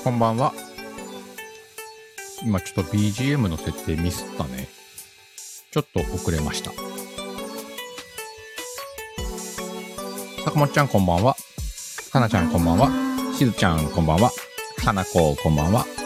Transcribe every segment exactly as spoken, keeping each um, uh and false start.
こんばんは。今ちょっと ビージーエム の設定ミスったね。ちょっと遅れました。さくもっちゃんこんばんは。かなちゃんこんばんは。しずちゃんこんばんは。かなここんばんは。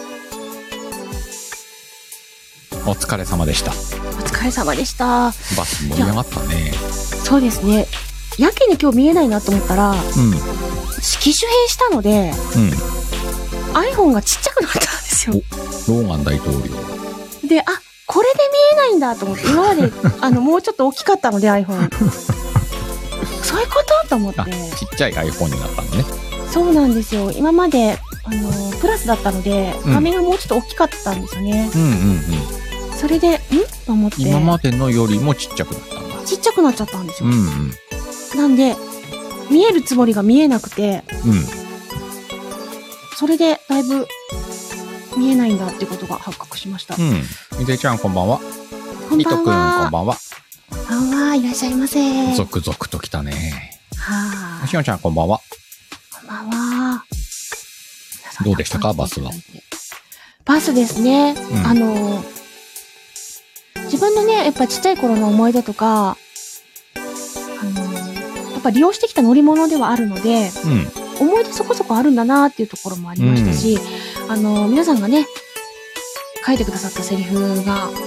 お疲れ様でした。 お疲れ様でした。 バス盛り上がったね。 そうですね。やけに今日見えないなと思ったら、うん、機種変したので、うん、iPhone がちっちゃくなったんですよ。 ローガン大統領で、あ、これで見えないんだと思って、今まであのもうちょっと大きかったので iPhone そういうことと思って、 ちっちゃい iPhone になったのね。 そうなんですよ。今まであのプラスだったので画面がもうちょっと大きかったんですよね、うんうんうんうん、それでんと思って、 今までのよりもちっちゃくなったんだ。 ちっちゃくなっちゃったんですよ、 うんうん、 なんで見えるつもりが見えなくて、うん、それでだいぶ見えないんだってことが発覚しました。 うん。みずえちゃんこんばんは。 こんばんは。 いとくんこんばんは。 こんばんは。いらっしゃいませ。 続々と来たね。 はあ。 しおちゃんこんばんは。 こんばんは。 どうでしたかバスは。 バスですね。うん、あの自分のねやっぱちっちゃい頃の思い出とか、あのやっぱ利用してきた乗り物ではあるので。うん、思い出そこそこあるんだなっていうところもありましたし、うん、あの皆さんがね書いてくださったセリフが、あの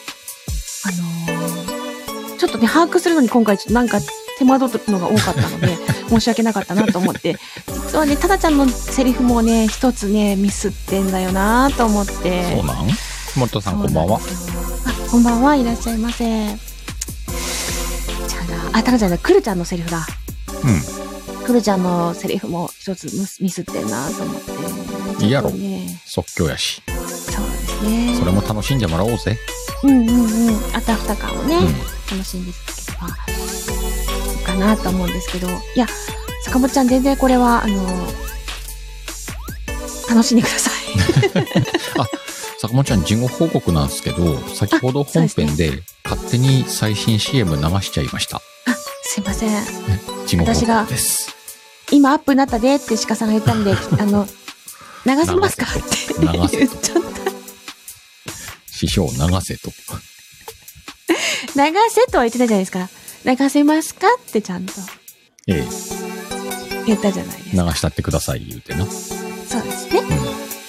ー、ちょっとね把握するのに今回ちょっとなんか手間取るのが多かったので申し訳なかったなと思って、実はねただちゃんのセリフもね一つねミスってんだよなと思って。 そうなん？もっとさんこんばんは。 あ、こんばんはいらっしゃいませ。じゃああただちゃんだくるちゃんのセリフだ。 うん。 くるちゃんのセリフも一つミスってんなと思って、 いいやろ、即興やし。 そうですね。 それも楽しんでもらおうぜ。 うんうんうん。あたふた感をね、うん、楽しんでいただければいいかなと思うんですけど、いや坂本ちゃん全然これはあの楽しんでください。 あ、坂本ちゃん事後報告なんですけど、先ほど本編で勝手に最新 シーエム 流しちゃいました。 あ、すいません。 事後報告です。 今アップになったでって鹿さんが言ったんで、あの流せますかって言っちゃった。 師匠流せと。 流せとは言ってたじゃないですか。流せますかってちゃんと。 ええ。 言ったじゃないですか。 流したってください言うてな。 そうですね。うん。うん、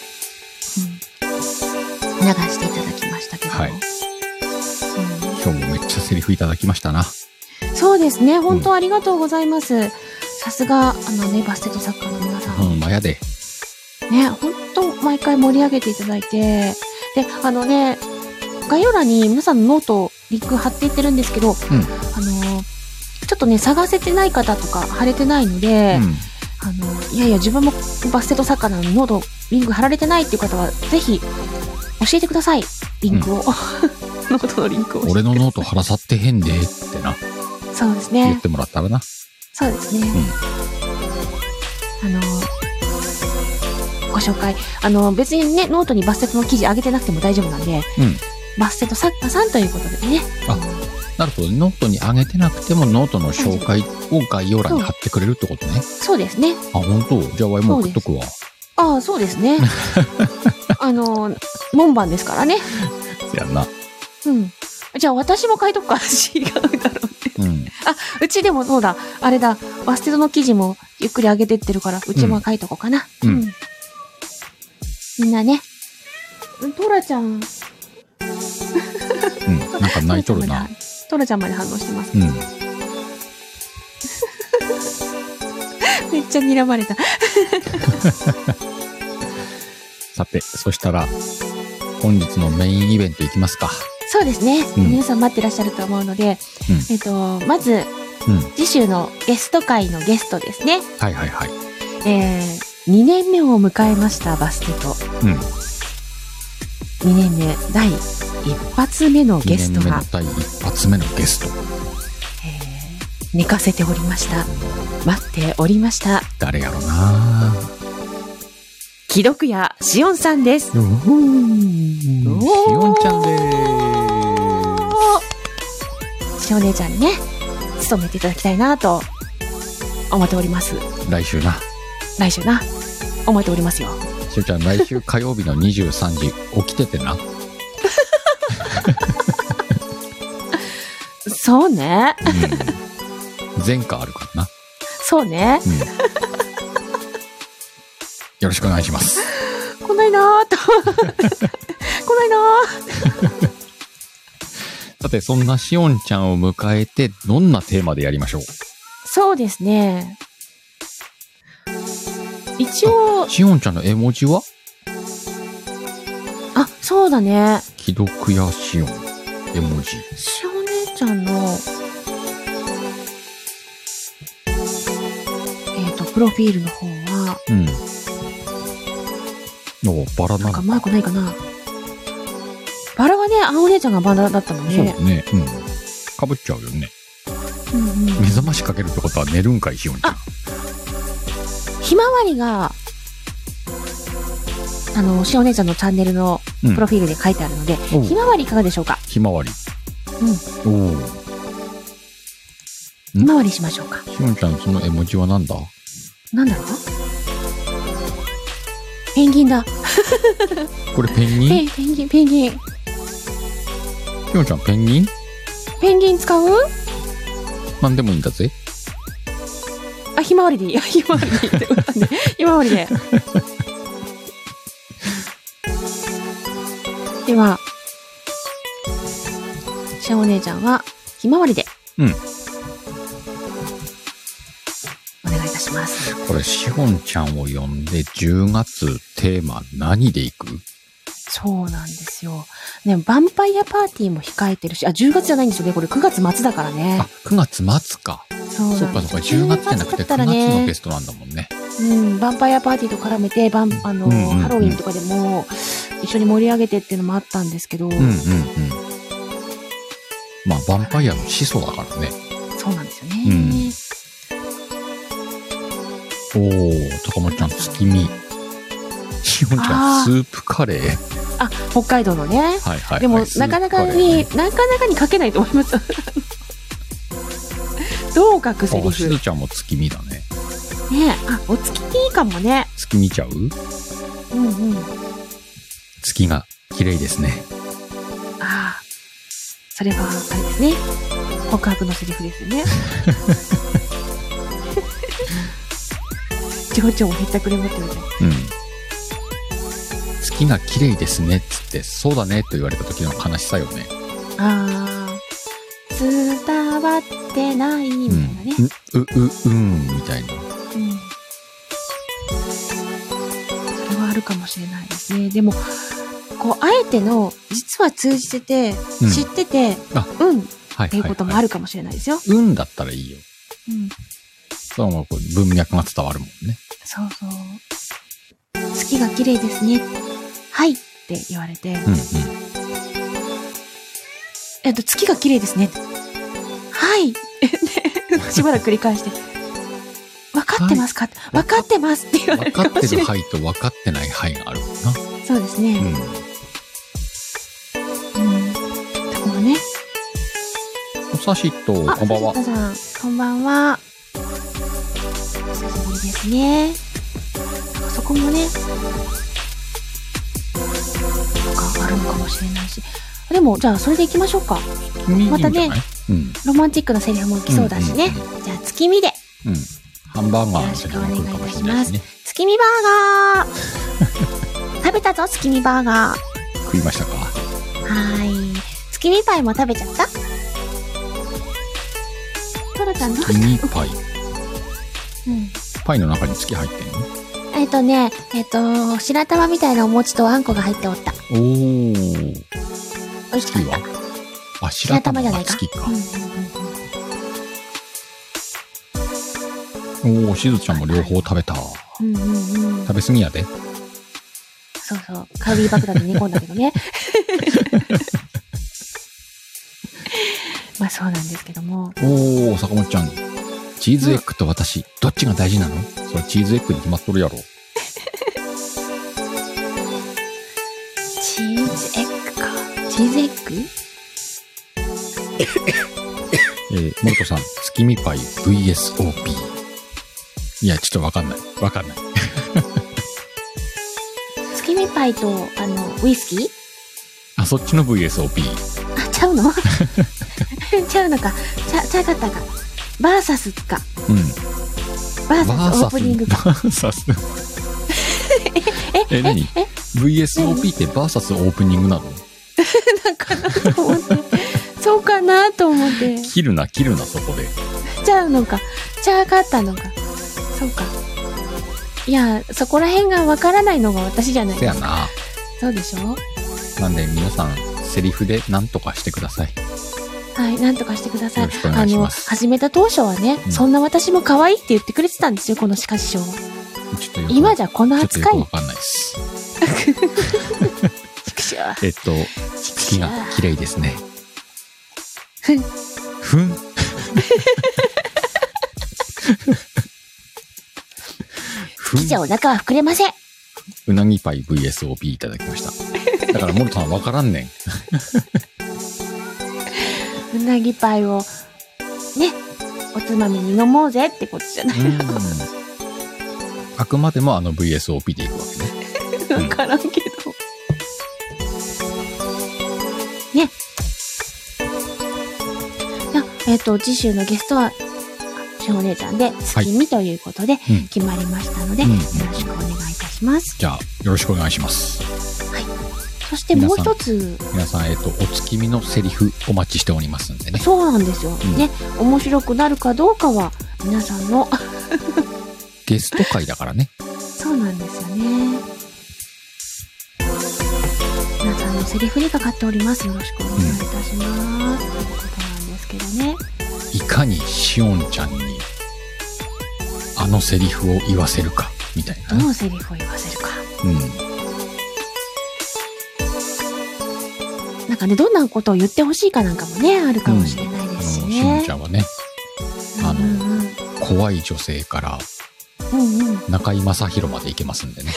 流していただきましたけど。はい。うん、 今日もめっちゃセリフいただきましたな。 そうですね。本当ありがとうございます。うん、さすが、あのね、バステット作家の皆さん。 うん、まやで。 ね、ほんと、毎回盛り上げていただいて。で、あのね、概要欄に皆さんのノート、リンク貼っていってるんですけど、うん、あの、ちょっとね、探せてない方とか貼れてないので、うん、あの、いやいや、自分もバステット作家なのにノート、リンク貼られてないっていう方は、ぜひ、教えてください。リンクを。うん、ノートのリンクを。 俺のノート貼らさってへんで、ってな。 そうですね。 言ってもらったらな。 そうですね。うん、あのご紹介あの別にねノートにバステットの記事上げてなくても大丈夫なんで、うん、バステット作家さんということでね。 あ、なるほど。ノートに上げてなくてもノートの紹介を概要欄に貼ってくれるってことね。 そうですね。 あ、本当。じゃあワイも送っとくわ。 ああ、そうですね。あの門番ですからね。 そやんな。 うん。じゃあ私も書いとくか。違うだろうね。うん、あ、うちでもそうだ、あれだ、バステットの記事もゆっくり上げてってるから、うちも書いとこうかな。うん。うん、みんなね。トラちゃん。うん、 なんか泣いとるな。 トラちゃんまで反応してます。うん、めっちゃ睨まれた。 さて、そしたら、本日のメインイベントいきますか。 そうですね、うん、皆さん待ってらっしゃると思うので、うん、えっとまず、うん、次週のゲスト会のゲストですね。 はいはいはい。 えー、にねんめを迎えましたバステト、うん、にねんめだいいっ発目のゲストがにねんめのだいいっ発目のゲスト、えー、 寝かせておりました。待っておりました。 誰やろな。 既読やしおんさんです。しおんちゃんでーす。 しお姉ちゃんにね務めていただきたいなと思っております。 来週な来週な思っておりますよ。 しおちゃん、来週火曜日のにじゅうさんじ起きててな。 そうね。 うん。前科あるからな。 そうね。 うん。よろしくお願いします。 来ないなーと。来ないなー。 さて、そんなしおんちゃんを迎えて、どんなテーマでやりましょう？ そうですね。一応。 しおんちゃんの絵文字は？ あ、そうだね。 既読やしおん、絵文字。 しお姉ちゃんの、えっと、プロフィールの方は、 うん。お、バラなのなんかマークないかな。バラはね、あお姉ちゃんがバラだったのね。 そうだね。うん。かぶっちゃうよね。 うんうん。 目覚ましかけるってことは寝るんかい、しおんちゃん。 ひまわりが、あの、しお姉ちゃんのチャンネルのプロフィールで書いてあるので、 うん、 ひまわりいかがでしょうか？ ひまわり。 うん。 おお。 ひまわりしましょうか。 しおんちゃん、その絵文字はなんだ？ なんだろう？ペンギンだ。 これペンギン？ ペン、ペンギン、ペンギン。 しおんちゃん、ペンギン？ ペンギン使う？ なんでもいいんだぜ。 あ、ひまわりでいい。ひまわりでいいってことね。ひまわりで。では、しお姉ちゃんは、ひまわりで。 うん。 お願いいたします。 これ、しおんちゃんを呼んで、じゅうがつテーマ何でいく？ そうなんですよ。ね、ヴァンパイアパーティーも控えてるし、あ、じゅうがつじゃないんですよね。これくがつ末だからね。 あ、くがつ末か。 そうなんです。 そうかそうか、じゅうがつじゃなくてくがつのベストなんだもんね。 うん、ヴァンパイアパーティーと絡めて、バン、あの、うんうんうん、ハロウィンとかでも一緒に盛り上げてっていうのもあったんですけど。うんうんうん。 まあ、ヴァンパイアの始祖だからね。 そうなんですよね。 うん、おー、高松ちゃん、月見。しおんちゃん、スープカレー。 あ、北海道のね。 はいはい、はい。 でも、なかなかに、ね、なかなかに書けないと思います。どう書くセリフ。 しずちゃんも月見だね。 ねえ、あ、お月見いいかもね。 月見ちゃう？ うんうん。 月が綺麗ですね。 ああ、それは、あれですね。告白のセリフですよね。情緒をへったくれ持ってるじゃん。 うん。月が綺麗ですねっつって、そうだねと言われた時の悲しさよね。ああ、伝わってないみたいなね。 うん、う、う、うんみたいな。うん。 それはあるかもしれないですね。でも、こう、あえての、実は通じてて、うん、知ってて、あ、うん、はい、っていうこともあるかもしれないですよ。 うんだったらいいよ。 うん。 そう、こう文脈が伝わるもんね。 そうそう。月が綺麗ですね。はいって言われて。うんうん。えっと、月が綺麗ですね。はい。しばらく繰り返して。分かってますか、はい、分かってますって言われるかもしれない。分かってるはいと分かってないはいがあるもんな。 そうですね。うん。うん。ところね。 おさしと、こんばんは。 さん、こんばんは。お久しぶりですね。そこもね、なんかあるのかもしれないし。でも、じゃあ、それでいきましょうか。またね、うん、ロマンチックなセリフも来そうだしね。うんうんうん、じゃあ、月見で。 うん。ハンバーガーよろしくお願いいたします。月見バーガー食べたぞ、月見バーガー。 食いましたか？はーい。月見パイも食べちゃった？トロちゃんの月見パイ。 うん。 パイの中に月入ってんの？ えっとね、えっと、白玉みたいなお餅とあんこが入っておった。 おー。 美味しかった。 あ、白玉じゃないか。月か。うんうんうん、おー、しずちゃんも両方食べた。 うんうんうん。 食べ過ぎやで。 そうそう。カロリー爆弾で煮込んだけどね。まあそうなんですけども。 おー、坂本ちゃん。チーズエッグと私、うん、どっちが大事なの？それチーズエッグに決まっとるやろ。 チーズエッグか。チーズエッグえー、モルトさん、月見パイ ブイエスオーピー。いや、ちょっとわかんない。わかんない。 みパイと、あの、ウイスキーあ、そっちの ブイエスオーピー。 あ、ちゃうのちゃうのか。ちゃ、ちゃかったか。バーサスか。 うん。 バーサスオープニングか。 バーサス。え、え、何 ブイエスオーピー ってバーサスオープニングなのなんかなと思って。そうかなと思って。 切るな、切るな、そこで。 ちゃうのか。ちゃうかったのか。そうか。いや、そこら辺がわからないのが私じゃないですか。 せやな。 そうでしょ。 なんで皆さん、セリフで何とかしてください。 はい、なんとかしてください。 よろしくお願いします。 あの、始めた当初はね、うん、そんな私も可愛いって言ってくれてたんですよ、この歯科師匠は。 ちょっと今じゃこの扱い。 ちょっとよくわかんないです。えっと、月が綺麗ですね。 ふん。 ふん。 月じゃお腹は膨れません。 うなぎパイ ブイエスオーピー いただきました。だからモルトさんわからんねん。うなぎパイをね、おつまみに飲もうぜってことじゃないの。 あくまでもあの ブイエスオーピー でいくわけね。わからんけど。うん、ね。えっと、次週のゲストは、しお姉ちゃんで、月見ということで、決まりましたので、はい、うん、よろしくお願いいたします。 じゃあ、よろしくお願いします。 はい。そしてもう一つ。 皆さん、えっと、お月見のセリフお待ちしておりますんでね。 そうなんですよ。うん、ね。面白くなるかどうかは、皆さんの。 ゲスト会だからね。 そうなんですよね。皆さんのセリフにかかっております。よろしくお願いいたします。うん、ということなんですけどね。 いかにしおんちゃんにあのセリフを言わせるかみたいな、 ね、どのセリフを言わせるか、うん、なんかね、どんなことを言ってほしいかなんかもねあるかもしれないですしね、 うん、しおんちゃんはね、あの、うんうん、怖い女性から、うんうん、中居正広までいけますんでね。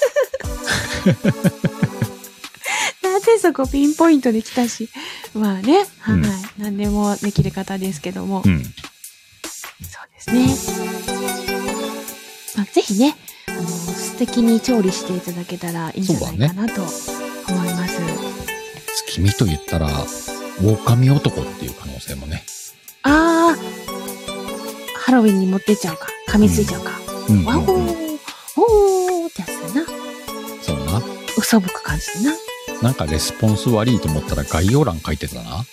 なぜそこピンポイントで来たし、まあね、はい、うん、何でもできる方ですけども、うん、そうですね。まあ、ぜひね、あの素敵に調理していただけたらいいんじゃないかなと思います。 月見と言ったら狼男っていう可能性もね。 ああ、ハロウィンに持ってっちゃうか、噛みついちゃうか、うんうん、ワンホーホーってやつだな。 そうな。 嘘吹く感じでな。 なんかレスポンス悪いと思ったら概要欄書いてたな。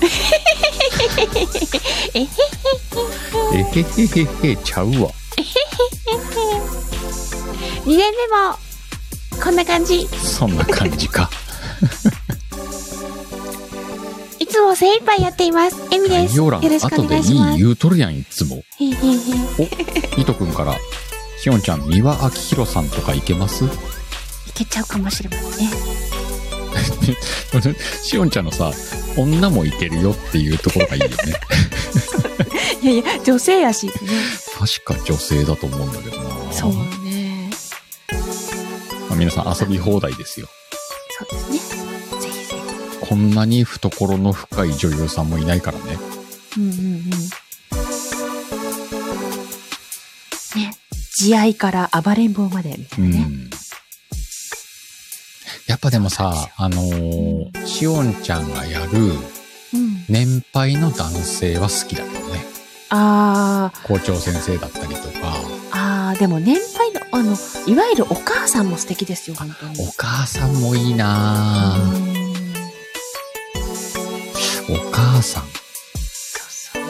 えへへへえへへへへちゃうわ。 にねんめもこんな感じ。 そんな感じか。 いつも精一杯やっています。エミです。 よろしくお願いします。後でいい言うとるやんいつも。 へへへ。 お、いとくんからしおんちゃん三輪明宏さんとかいけます？いけちゃうかもしれませんね。 しおんちゃんのさ、女もいけるよっていうところがいいよね。 いやいや、女性やし、ね。 確か女性だと思うんだけどな。 そうね。 まあ、皆さん遊び放題ですよ。 そうですね。ぜひぜひ。 こんなに懐の深い女優さんもいないからね。 うんうんうん。ね。慈愛から暴れん坊までみたいなね。うん、 やっぱでもさ、あのー、しおんちゃんがやる年配の男性は好きだけどね。 ああ。 校長先生だったりとか。 ああ、でも年配の、あの、いわゆるお母さんも素敵ですよ、本当に。 お母さんもいいなぁ。お母さん。 そうそう。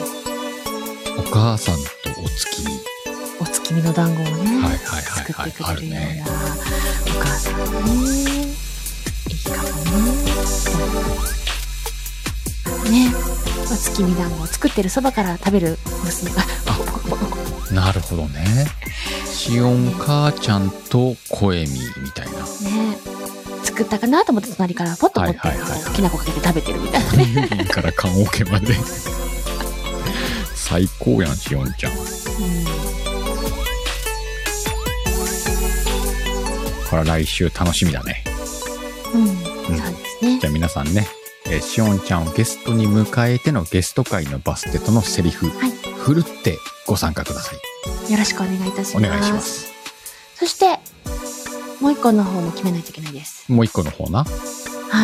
お母さんとお月見。 お月見の団子をね、はいはいはいはい、 作ってくれるような、ね、お母さんね。いいかもね。ね、お月見団子を作ってるそばから食べる娘が。 なるほどね。しおん母ちゃんと声みみたいな。ね。 作ったかなと思って隣からポッと持って、はいはいはいはい、きな粉かけて食べてるみたいなね。 郵便から棺桶まで。最高やん、しおんちゃん。うん。これは来週楽しみだね。 うん。うん、そうですね。 じゃあ皆さんね、えー、しおんちゃんをゲストに迎えてのゲスト会のバステとのセリフ、はい、ふるってご参加ください。 よろしくお願いいたします。 お願いします。 そしてもう一個の方も決めないといけないです。 もう一個の方な。 はい。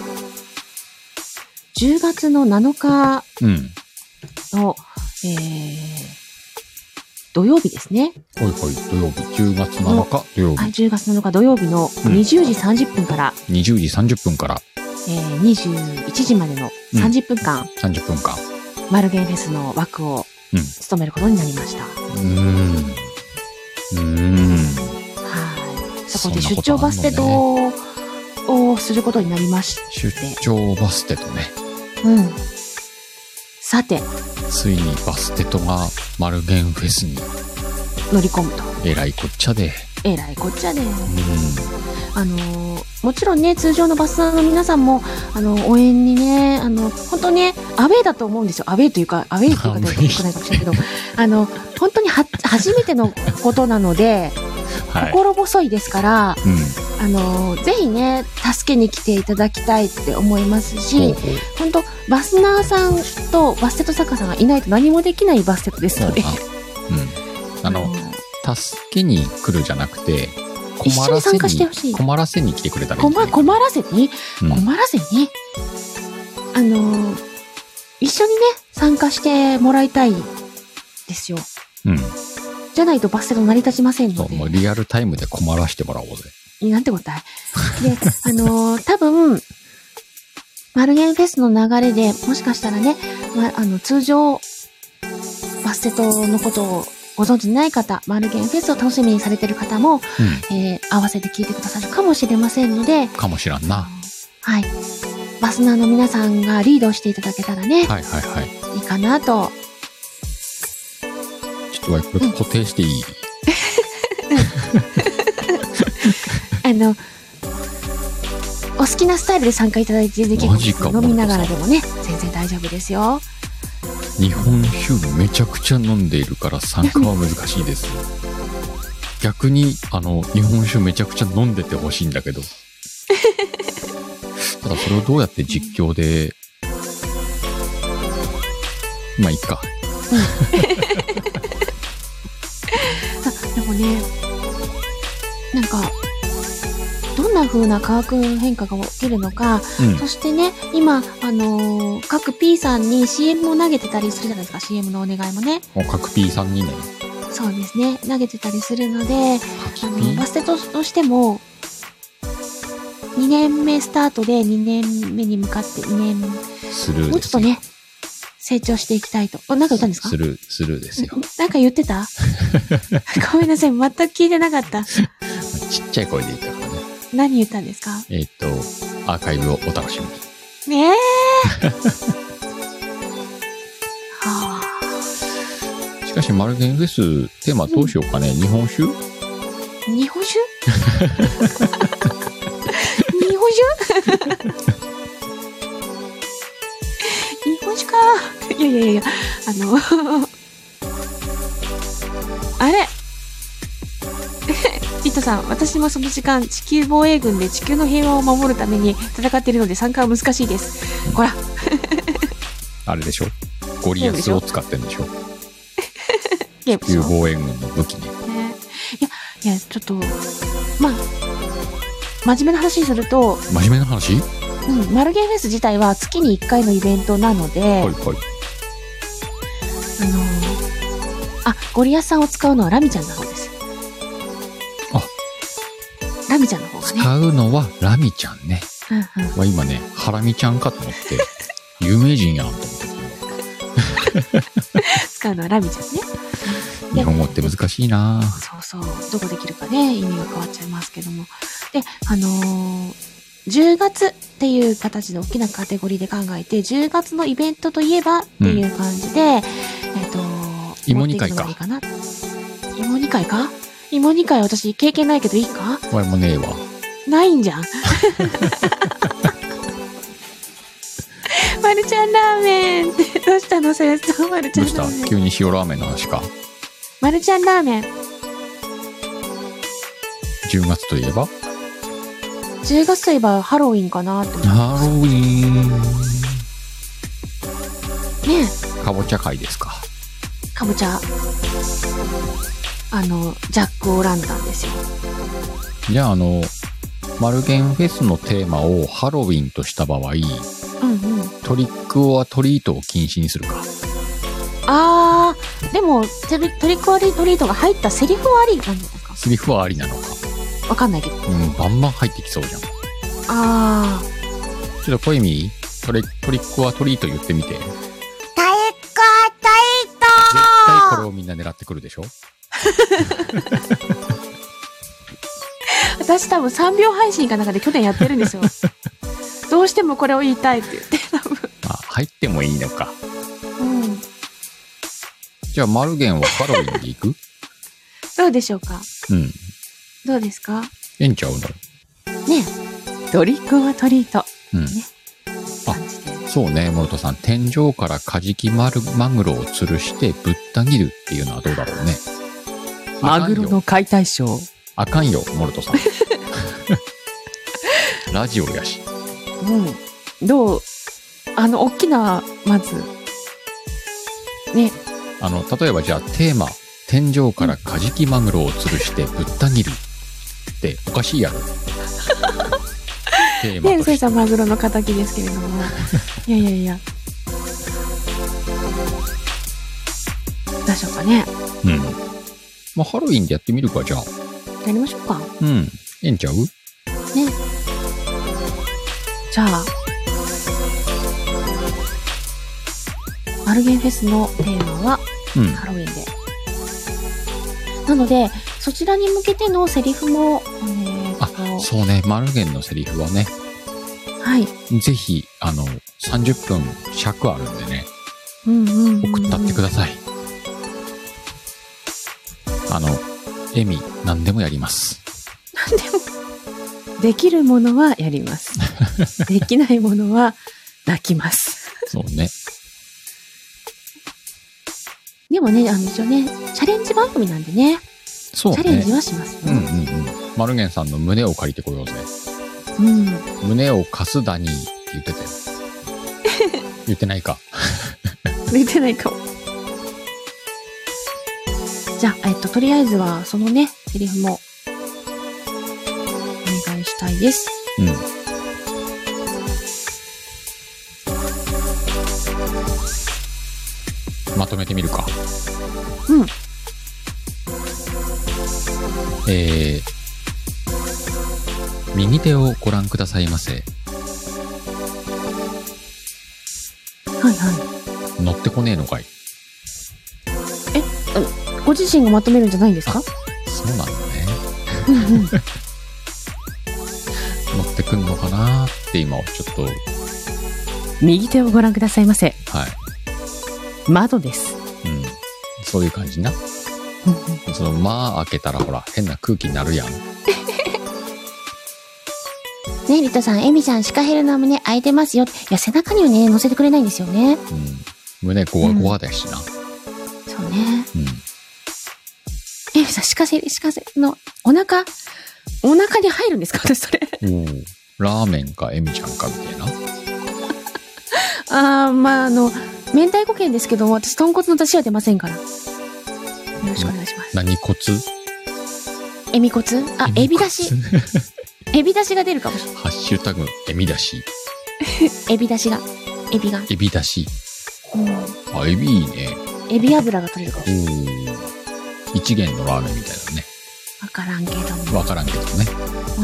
じゅうがつのなのかの、うん、えー、土曜日ですね。 はいはい、土曜日。じゅうがつなのか土曜日。 はい、じゅうがつなのか土曜日のにじゅうじさんじゅっぷんから。 うん、にじゅうじさんじゅっぷんから。 えー、にじゅういちじまでのさんじゅっぷんかん。うん、 さんじゅっぷんかん。 マルゲンフェスの枠を務めることになりました。 うーん。うーん。 はい。そこで出張バステトをすることになりまして。 出張バステトね。 うん。さて。 ついにバステトがマルゲンフェスに乗り込むと。 えらいこっちゃで。 えらいこっちゃで。うん。あのー、もちろんね、通常のバスターの皆さんも、あの、応援にね、あの、本当ね、アウェーだと思うんですよ。アウェーというか、アウェーっていう方は少ないかもしれないけど、あの、本当には、初めてのことなので、はい、心細いですから、うん、あの、ぜひね、助けに来ていただきたいって思いますし、本当バスナーさんとバステト作家さんがいないと何もできないバステトですので。 うん。あの、助けに来るじゃなくて、 一緒に参加してほしい。 困らせに来てくれたらいい、ね。 困、困らせに、うん、困らせにあのー、一緒にね、参加してもらいたいですよ。うん。じゃないとバステト成り立ちませんので。 そう、もうリアルタイムで困らしてもらおうぜ。 なんてことだい。で、あのー、多分、マルゲンフェスの流れで、もしかしたらね、ま、あの、通常、バステトのことをご存知ない方、マルゲンフェスを楽しみにされてる方も、うん、えー、合わせて聞いてくださるかもしれませんので。 かもしらんな。 はい。バスナーの皆さんがリードしていただけたらね。 はいはいはい。 いいかなと。 ちょっとこれ固定していい、 うん、あの、お好きなスタイルで参加いただいてできる飲みながらでもね、全然大丈夫ですよ。 日本酒めちゃくちゃ飲んでいるから参加は難しいです。逆にあの日本酒めちゃくちゃ飲んでてほしいんだけど。ただそれをどうやって実況で、まあいいか。 あ、でもね、なんかどんな風な化学変化が起きるのか、うん、そしてね、今、あのー、各 P さんに シーエム を投げてたりするじゃないですか、シーエム のお願いもね。 各 P さんにね。 そうですね、投げてたりするので、あのバステトとしても、にねんめスタートでにねんめに向かってにねん、 スルーです。 もうちょっとね、成長していきたいと。あ、なんか言ったんですか？ スルー、スルーですよ。 なんか言ってた？ごめんなさい、全く聞いてなかった。 ちっちゃい声で言ったからね。 何言ったんですか？ えっと、アーカイブをお楽しみに。ねえ。はあ。しかし、マルゲンフェス、テーマどうしようかね。うん、日本酒？ 日本酒？日本酒？日本酒か。いやいやいや、あの、あれピットさん、私もその時間、地球防衛軍で地球の平和を守るために戦っているので参加は難しいです。ほら。 あれでしょ？ゴリアスを使ってんでしょ？地球防衛軍の武器ね。ね、 いや、いや、ちょっと、まあ、真面目な話にすると、 真面目な話？ うん、マルゲンフェス自体は月にいっかいのイベントなので、はいはい。あのー、あ、ゴリアスさんを使うのはラミちゃんの方です。 あ、 ラミちゃんの方がね。 使うのはラミちゃんね。 うんうん。 は今ね、ハラミちゃんかと思って、有名人やんと思って。 使うのはラミちゃんね。 日本語って難しいな。 そうそう。どこできるかね、意味が変わっちゃいますけども。で、あのー、じゅうがつっていう形で大きなカテゴリーで考えて、じゅうがつのイベントといえばっていう感じで、うん、えっ、ー、と、 芋煮会か。 芋煮会か？芋煮会私経験ないけどいいか？ 俺もねえわ。 ないんじゃん。マルちゃんラーメンって、どうしたのそれと、マルちゃんラーメン。 どうした？急に塩ラーメンの話か。 マルちゃんラーメン。 じゅうがつといえばじゅうがつといえばハロウィンかなって思って。 ハロウィン。 ねえ。かぼちゃ会ですか。 かぼちゃ。あの、ジャック・オー・ランタンですよ。 じゃあ、あの、マルゲンフェスのテーマをハロウィンとした場合、 うんうん。 トリックオアトリートを禁止にするか。 あー、でも、トリトリックオアトリートが入ったセリフはありなんじゃないですか。 セリフはありなのか。 わかんないけど。 うん、バンバン入ってきそうじゃん。 あー。 ちょっと小泉、トリトリックオアトリート言ってみて。 トリックオアトリート絶対これをみんな狙ってくるでしょ。 私多分さんびょう配信かなんかで去年やってるんですよ。どうしてもこれを言いたいって言って多分。 あ、入ってもいいのか。 うん。 じゃあ、マルゲンはハロウィンで行く？ どうでしょうか。 うん。 どうですか？ ええんちゃうの？ ねえ。トリックオアトリート。 うん。 ね。 あ、そうね、モルトさん。天井からカジキマルマグロを吊るしてぶった切るっていうのはどうだろうね。 マグロの解体ショー。 あかんよ、モルトさん。ラジオやし。 うん。どう？あの、大きな、まず。ね。 あの、例えばじゃあテーマ、天井からカジキマグロを吊るしてぶった切るっておかしいやろ。テーマとして。 ね、それさマグロの敵ですけれども。いやいやいや。どうしようかね。 うん。まあ、ハロウィンでやってみるか、じゃあ。 やりましょうか。 うん。ええんちゃう？ ね。じゃあ、マルゲンフェスのテーマは、 うん。 ハロウィンで。なので、そちらに向けてのセリフも、えあ、 ー、とそうね。マルゲンのセリフはね、 はい。 ぜひ、あの、さんじゅっぷん尺あるんでね、 うんうんうんうん、 送ったってください。あの、エミ、何でもやります。 何でも。できるものはやります。できないものは泣きます。 そうね。 でもね、あの一応ね、チャレンジ番組なんでね。 そうね。 チャレンジはしますよ。 うんうんうん。マルゲンさんの胸を借りてこようぜ。 うん。 胸を貸すだにーって言ってたよ。言ってないか。 言ってないかも。じゃあ、えっと、とりあえずは、そのね、セリフも、お願いしたいです。 うん。まとめてみるか。 うん。 えー、右手をご覧くださいませ。 はいは乗ってこねえのかい。 い。え、ご自身がまとめるんじゃないんですか？ そうなのね。 うんうん。 乗ってくんのかなーって今はちょっと。 右手をご覧くださいませ。 はい。 窓です。 うん。そういう感じな。その、まあ開けたらほら、変な空気になるやん。 ね、リトさん、エミさん、シカヘルの胸開いてますよ。いや、背中にはね、乗せてくれないんですよね。 うん。胸ゴワゴワだしな。 そうね。 うん。 エミさん、シカヘル、シカヘルの、お腹、お腹に入るんですか私それ。 おー。ラーメンかエミちゃんかみたいな。 あー、まあ、あの、明太子系ですけど、私、豚骨の出汁は出ませんから。よろしくお願いします。 何骨？ エミ骨？あ、エビだし。エビだしが出るかもしれない。 ハッシュタグ、エミだし。 エビだしが。エビが。 エビだし。 うん、 あ、エビいいね。 エビ油が取れるかもしれない。 おー。一元のラーメンみたいだね。 わからんけども。 わからんけどね。 うんうん、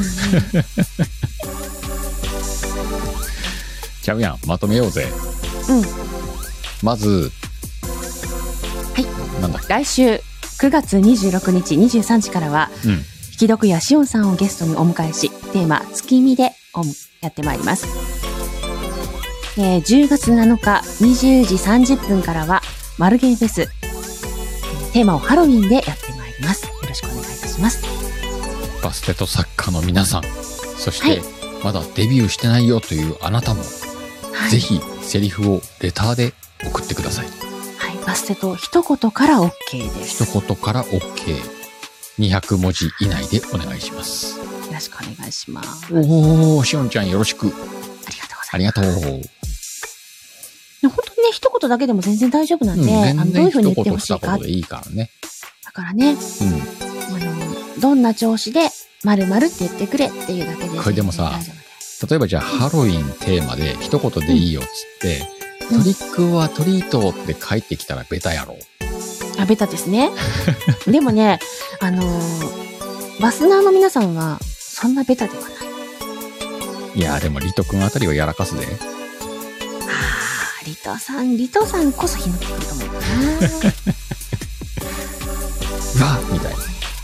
ちゃうやん。まとめようぜ。 うん。 まず、 はい。 なんだっけ。 来週くがつにじゅうろくにちにじゅうさんじからは、 うん。 引き読やしおんさんをゲストにお迎えし、テーマ月見でおやってまいります。えー、じゅうがつなのかにじゅうじさんじゅっぷんからはマルゲンフェス、テーマをハロウィンでやってまいります。よろしくお願いいたします。 バステト作家の皆さん、そして、 はい、 まだデビューしてないよというあなたも、 はい、 ぜひセリフをレターで送ってください。 はい、バステト一言から OK です。 一言から OK。にひゃくもじ以内でお願いします。 よろしくお願いします。 おー、しおんちゃんよろしく。 ありがとうございます。 ありがとう。 本当にね、一言だけでも全然大丈夫なんで、 うん、 あのどういう風に言ってほしいか。 一言二言でいいからね。 だからね、 うん。 あの、どんな調子で 〇〇って言ってくれっていうだけで。 これでもさ、例えばじゃあハロウィンテーマで一言でいいよっつって、うん、トリックはトリートって帰ってきたらベタやろ。 あ、ベタですね。でもね、あのー、バスナーの皆さんはそんなベタではない。 いやでもリト君あたりはやらかすで。ああ、リトさん、リトさんこそひねってくると思うな。 うわみたいな。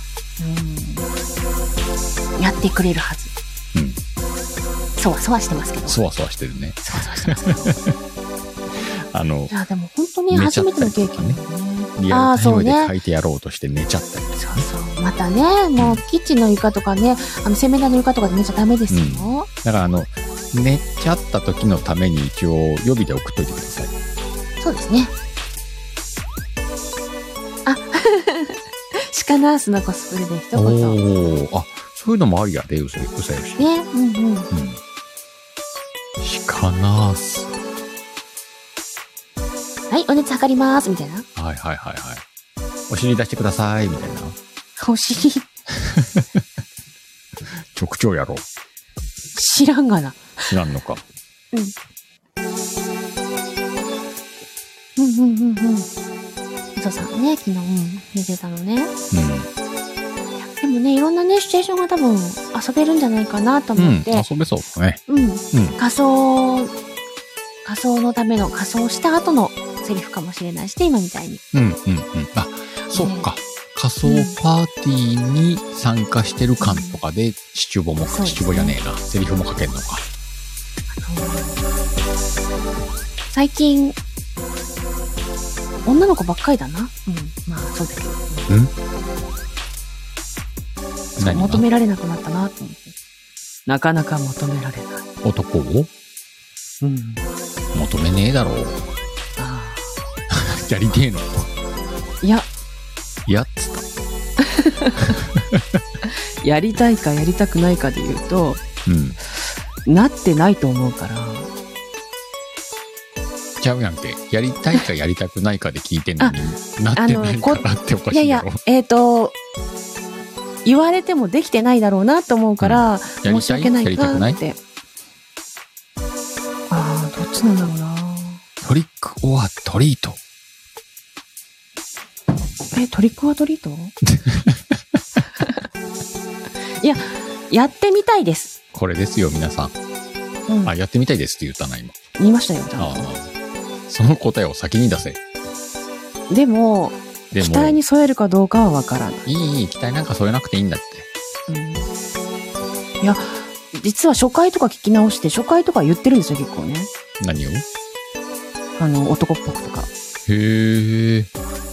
うん。やってくれるはず。うん。そわそわしてますけど。 そわそわしてるね。 そわそわしてますけど。 あの、 いやでも本当に初めての経験ね。 リアルタイムで書いてやろうとして寝ちゃったり、ね。 そうそう。またね、もうキッチンの床とかね、あの洗面台の床とかで寝ちゃダメですよ。うん、 だからあの寝ちゃった時のために一応予備で送っといてください。 そうですね。あ、鹿ナースのコスプレで一言。 おお、あ、そういうのもありやで、うさよし。 ね、うんうん。うん、 鹿ナース。 はい、お熱測ります、みたいな。 はいはいはいはい。お尻出してください、みたいな。 お尻。 直腸やろ。 知らんがな。 知らんのか。 うん。うんうんうんうん。糸さんね、昨日、うん、寝てたのね。うん。でもね、いろんなね、シチュエーションが多分遊べるんじゃないかなと思って。うん、 遊べそうだね。 うん。うん。仮装、仮装のための、仮装した後のセリフかもしれないしね、今みたいに。 うんうんうん。あ、そっか。仮装パーティーに参加してる感とかで、シチュボも、シチュボじゃねえな。セリフも書けんのか。 最近、女の子ばっかりだな。うん。まあ、そうだけど。うん、求められなくなったなと思って。なかなか求められない。 男をうん。求めねえだろう。ああ。やりてえの。 いや。 いやっつった。 やりたいかやりたくないかで言うと、うん。なってないと思うから。 ちゃうやんけ。やりたいかやりたくないかで聞いてんのに、なってないからっておかしいやろ。いやいや、 えっと、言われてもできてないだろうなと思うから、うん、申し訳ないかって。ああ、どっちなんだろうな。 トリックオアトリート。 え、トリックオアトリートいや、やってみたいです。 これですよ、皆さん。うん、あ、やってみたいですって言ったな、今。 言いましたよ、ちゃんと。 ああ、その答えを先に出せ。 でも、でも期待に添えるかどうかはわからない。 いい、いい、期待なんか添えなくていいんだって。 うん、いや、実は初回とか聞き直して、初回とか言ってるんですよ、結構ね。 何を？ あの、男っぽくとか。へー。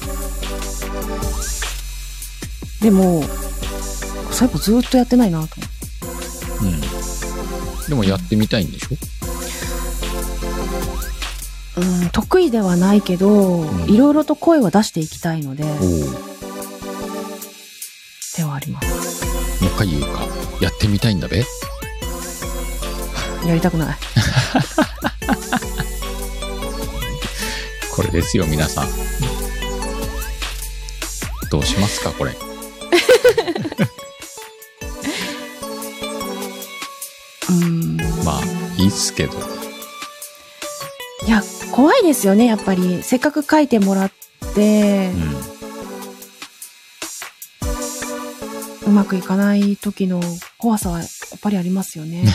でも、最後ずーっとやってないなと思って。 うん。でもやってみたいんでしょ？ うん、得意ではないけど、いろいろと声は出していきたいので、ではあります。 もう一回言うか。やってみたいんだべ？ やりたくない。 これですよ、皆さん。どうしますか、これ。 うーん。 まあ、いいっすけど。 いや、怖いですよね、やっぱり。せっかく書いてもらって、うん、うまくいかない時の怖さはやっぱりありますよね。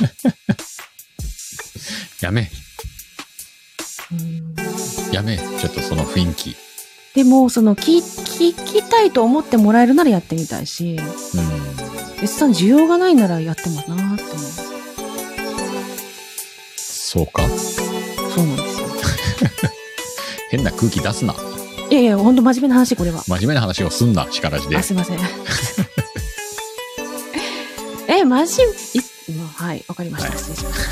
やめ。うん、やめ、ちょっとその雰囲気。 でも、その聞、聞きたいと思ってもらえるならやってみたいし、うん、別に需要がないならやってもなって思う。 そうか。 そうなんですよ。 変な空気出すな。 いやいや、ほんと真面目な話、これは。 真面目な話をすんな、しからじで。 あ、すいません。え、真面目、はい、わかりました。はい、失礼しました。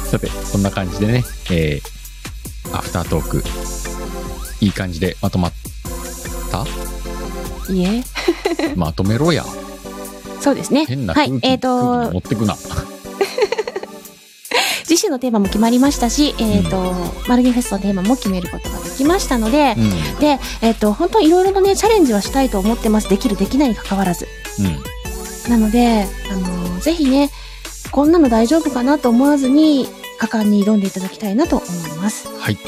さて、こんな感じでね、えー、アフタートーク、いい感じでまとまったいえ。 まとめろや。 そうですね。 変な空気、はい、えーとー、空気持ってくな。 次次週のテーマも決まりましたし、えっ、ー、と、うん、マルゲンフェスのテーマも決めることができましたので、うん、で、えっ、ー、と、本当いろいろなね、チャレンジはしたいと思ってます。できる、できないに関わらず。うん、なので、あのー、ぜひね、こんなの大丈夫かなと思わずに、果敢に挑んでいただきたいなと思います。 はい。じ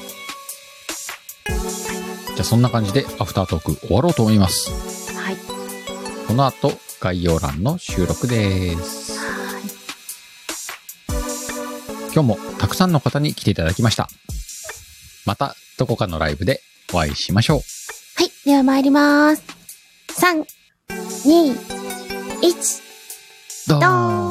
ゃあそんな感じでアフタートーク終わろうと思います。 はい。 この後概要欄の収録です。はい。今日もたくさんの方に来ていただきました。またどこかのライブでお会いしましょう。 はい。では参ります。さん、に、いち、ドーン。